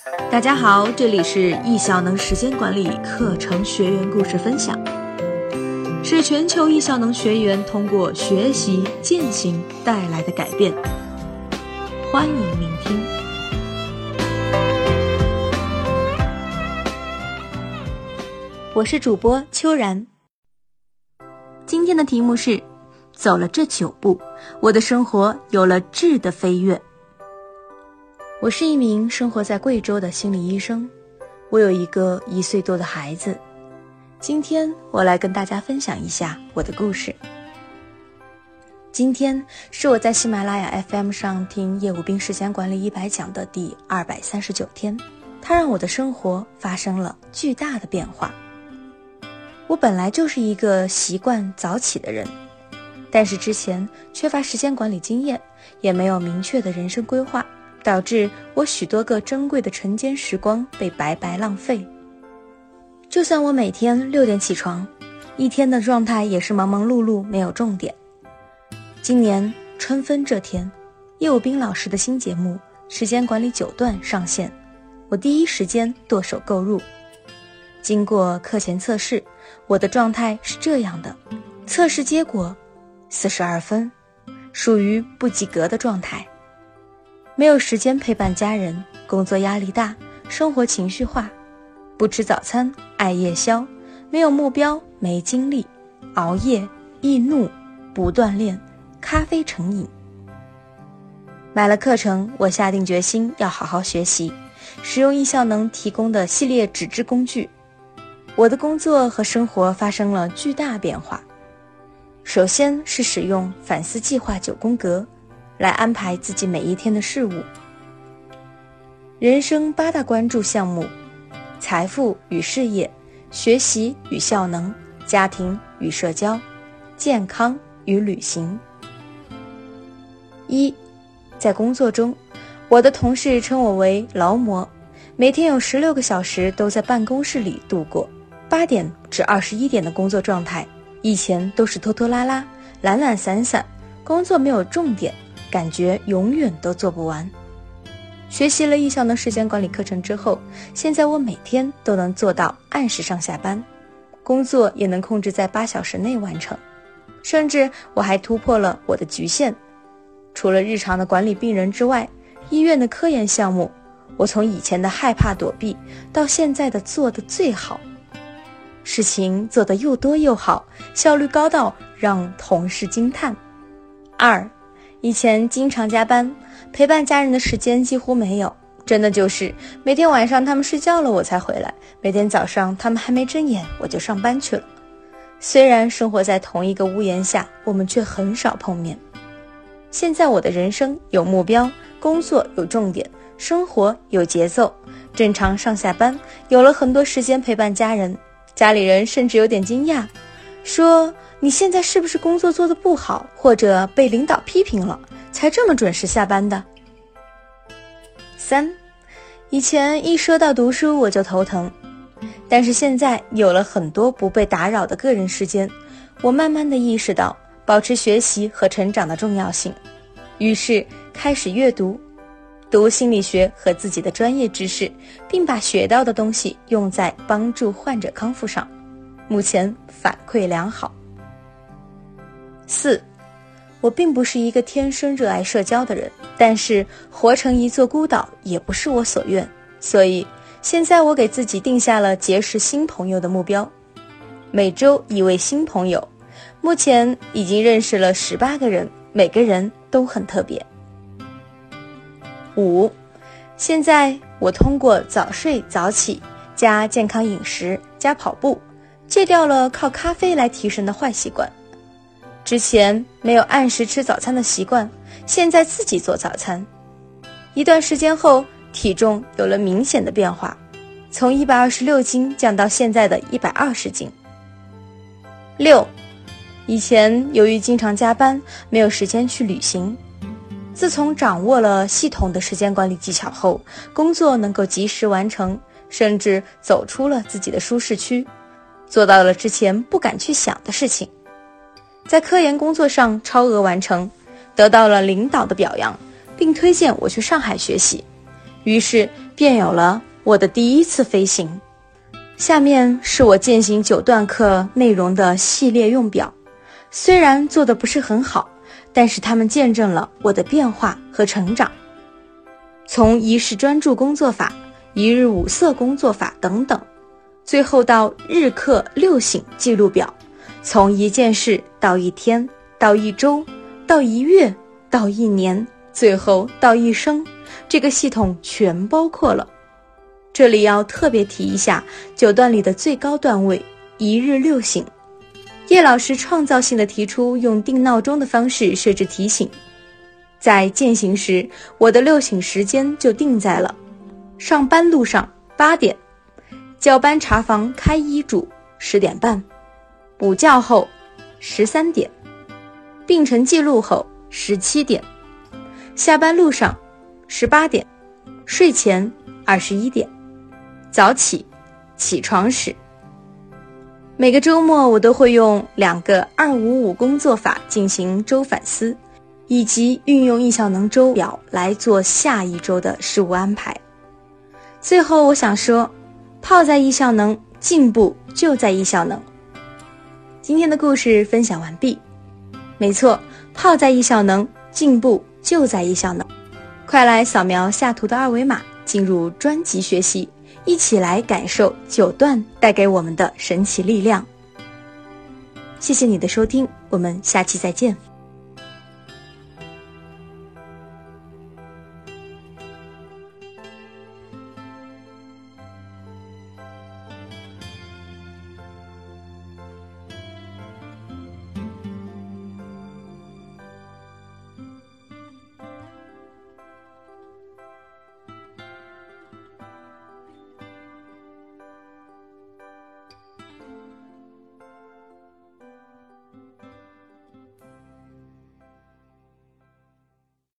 大家好，这里是易效能时间管理课程学员故事分享，是全球易效能学员通过学习践行带来的改变。欢迎聆听。我是主播秋然。今天的题目是走了这9步，我的生活有了质的飞跃。我是一名生活在贵州的心理医生，我有一个1岁多的孩子。今天我来跟大家分享一下我的故事。今天是我在喜马拉雅 FM 上听叶武斌时间管理100讲的第239天，它让我的生活发生了巨大的变化。我本来就是一个习惯早起的人，但是之前缺乏时间管理经验，也没有明确的人生规划，导致我许多个珍贵的晨间时光被白白浪费。就算我每天6点起床，一天的状态也是忙忙碌碌，没有重点。今年春分这天，叶武斌老师的新节目时间管理9段上线，我第一时间剁手购入。经过课前测试，我的状态是这样的：测试结果42分，属于不及格的状态。没有时间陪伴家人，工作压力大，生活情绪化，不吃早餐，爱夜宵，没有目标，没精力，熬夜，易怒，不锻炼，咖啡成瘾。买了课程，我下定决心要好好学习，使用易效能提供的系列纸质工具。我的工作和生活发生了巨大变化。首先是使用反思计划9宫格来安排自己每一天的事物。人生8大关注项目：财富与事业，学习与效能，家庭与社交，健康与旅行。1. 在工作中，我的同事称我为劳模，每天有16个小时都在办公室里度过，8点至21点的工作状态，以前都是拖拖拉拉，懒懒散散，工作没有重点，感觉永远都做不完。学习了易效能时间管理课程之后，现在我每天都能做到按时上下班，工作也能控制在8小时内完成，甚至我还突破了我的局限。除了日常的管理病人之外，医院的科研项目，我从以前的害怕躲避，到现在的做得最好。事情做得又多又好，效率高到让同事惊叹。2. 以前经常加班，陪伴家人的时间几乎没有，真的就是每天晚上他们睡觉了我才回来，每天早上他们还没睁眼我就上班去了。虽然生活在同一个屋檐下，我们却很少碰面。现在我的人生有目标，工作有重点，生活有节奏，正常上下班，有了很多时间陪伴家人。家里人甚至有点惊讶，说你现在是不是工作做得不好，或者被领导批评了，才这么准时下班的。3. 以前一说到读书我就头疼，但是现在有了很多不被打扰的个人时间，我慢慢地意识到保持学习和成长的重要性，于是开始阅读，读心理学和自己的专业知识，并把学到的东西用在帮助患者康复上，目前反馈良好。4. 我并不是一个天生热爱社交的人，但是活成一座孤岛也不是我所愿，所以现在我给自己定下了结识新朋友的目标，每周1位新朋友，目前已经认识了18个人，每个人都很特别。5. 现在我通过早睡早起加健康饮食加跑步，戒掉了靠咖啡来提神的坏习惯。之前没有按时吃早餐的习惯，现在自己做早餐。一段时间后，体重有了明显的变化，从126斤降到现在的120斤。6. 以前由于经常加班，没有时间去旅行。自从掌握了系统的时间管理技巧后，工作能够及时完成，甚至走出了自己的舒适区，做到了之前不敢去想的事情。在科研工作上超额完成，得到了领导的表扬，并推荐我去上海学习。于是便有了我的第一次飞行。下面是我践行9段课内容的系列用表，虽然做得不是很好，但是它们见证了我的变化和成长。从1式专注工作法、1日5色工作法等等，最后到日课6醒记录表，从1件事到1天，到1周，到1月，到1年，最后到一生，这个系统全包括了。这里要特别提一下9段里的最高段位1日6醒。叶老师创造性地提出用定闹钟的方式设置提醒，在践行时，我的6醒时间就定在了上班路上8点，交班查房开医嘱10点半，补觉后13点，病程记录后17点，下班路上18点，睡前21点，早起起床时。每个周末我都会用2个255工作法进行周反思，以及运用易效能周表来做下一周的事务安排。最后我想说，泡在易效能，进步就在易效能。今天的故事分享完毕。没错，泡在易效能，进步就在易效能。快来扫描下图的2维码，进入专辑学习，一起来感受9段带给我们的神奇力量。谢谢你的收听，我们下期再见。